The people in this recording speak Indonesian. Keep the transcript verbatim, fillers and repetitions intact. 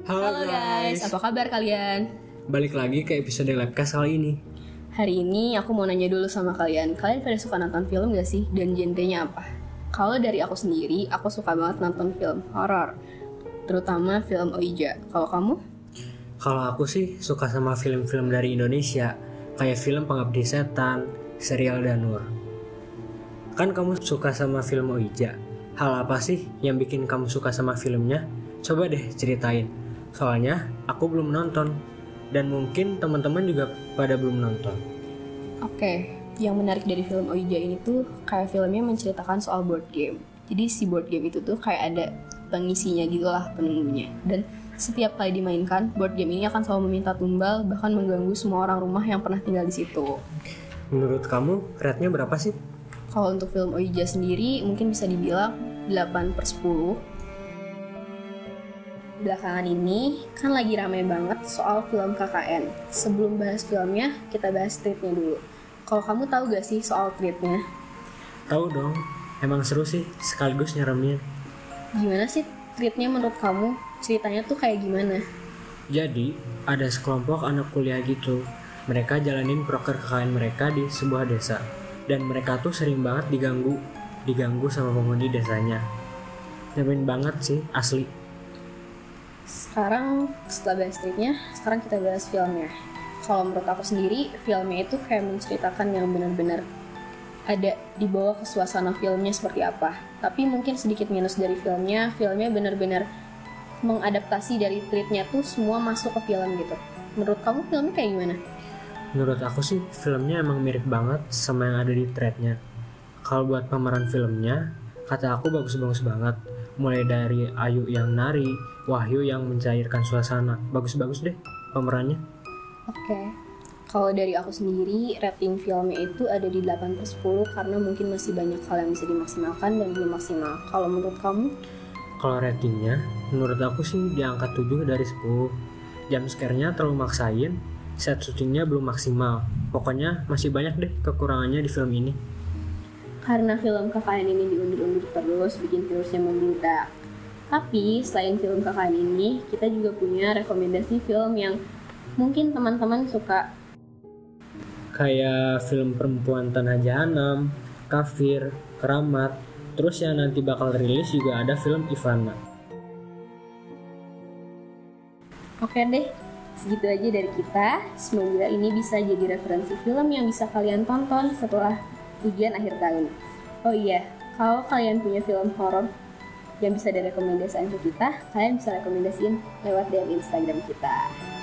Halo, Halo guys, apa kabar kalian? Balik lagi ke episode Labcast kali ini. Hari ini aku mau nanya dulu sama kalian. Kalian pada suka nonton film gak sih? Dan genrenya apa? Kalau dari aku sendiri, aku suka banget nonton film horor, terutama film Oija. Kalau kamu? Kalau aku sih suka sama film-film dari Indonesia, kayak film Pengabdi Setan, serial Danur. Kan kamu suka sama film Oija. Hal apa sih yang bikin kamu suka sama filmnya? Coba deh ceritain. Soalnya aku belum nonton, dan mungkin teman-teman juga pada belum nonton. Oke, yang menarik dari film Oija ini tuh kayak filmnya menceritakan soal board game. Jadi si board game itu tuh kayak ada pengisinya gitu lah, penunggunya. Dan setiap kali dimainkan, board game ini akan selalu meminta tumbal, bahkan mengganggu semua orang rumah yang pernah tinggal di situ. Menurut kamu, rate-nya berapa sih? Kalau untuk film Oija sendiri mungkin bisa dibilang delapan per sepuluh. Belakangan ini kan lagi ramai banget soal film K K N. Sebelum bahas filmnya, kita bahas treatnya dulu. Kalau kamu tahu gak sih soal treatnya? Tahu dong, emang seru sih, sekaligus nyeremnya. Gimana sih treatnya menurut kamu? Ceritanya tuh kayak gimana? Jadi, ada sekelompok anak kuliah gitu. Mereka jalanin proker K K N mereka di sebuah desa. Dan mereka tuh sering banget diganggu, diganggu sama penghuni desanya. Nyaman banget sih, asli. Sekarang setelah bahas treatnya, sekarang kita bahas filmnya. Kalau menurut aku sendiri, filmnya itu kayak menceritakan yang benar-benar ada di bawah ke suasana filmnya seperti apa. Tapi mungkin sedikit minus dari filmnya, filmnya benar-benar mengadaptasi dari treatnya tuh semua masuk ke film gitu. Menurut kamu filmnya kayak gimana? Menurut aku sih filmnya emang mirip banget sama yang ada di threadnya. Kalau buat pemeran filmnya, kata aku bagus-bagus banget. Mulai dari Ayu yang nari, Wahyu yang mencairkan suasana. Bagus-bagus deh pemerannya. Oke. Kalau dari aku sendiri, rating filmnya itu ada di delapan per sepuluh karena mungkin masih banyak hal yang bisa dimaksimalkan dan belum maksimal. Kalau menurut kamu? Kalau ratingnya, menurut aku sih di angka tujuh dari sepuluh. Jump scare-nya terlalu maksain, set syutingnya belum maksimal. Pokoknya masih banyak deh kekurangannya di film ini. Karena film K K N ini diundur-undur terus, bikin virusnya membludak. Tapi selain film K K N ini, kita juga punya rekomendasi film yang mungkin teman-teman suka. Kayak film Perempuan Tanah Jahanam, Kafir, Keramat. Terus yang nanti bakal rilis juga ada film Ivana. Oke deh, segitu aja dari kita. Semoga ini bisa jadi referensi film yang bisa kalian tonton setelah ujian akhir tahun. Oh iya, kalau kalian punya film horor yang bisa direkomendasikan ke kita, kalian bisa rekomendasiin lewat D M Instagram kita.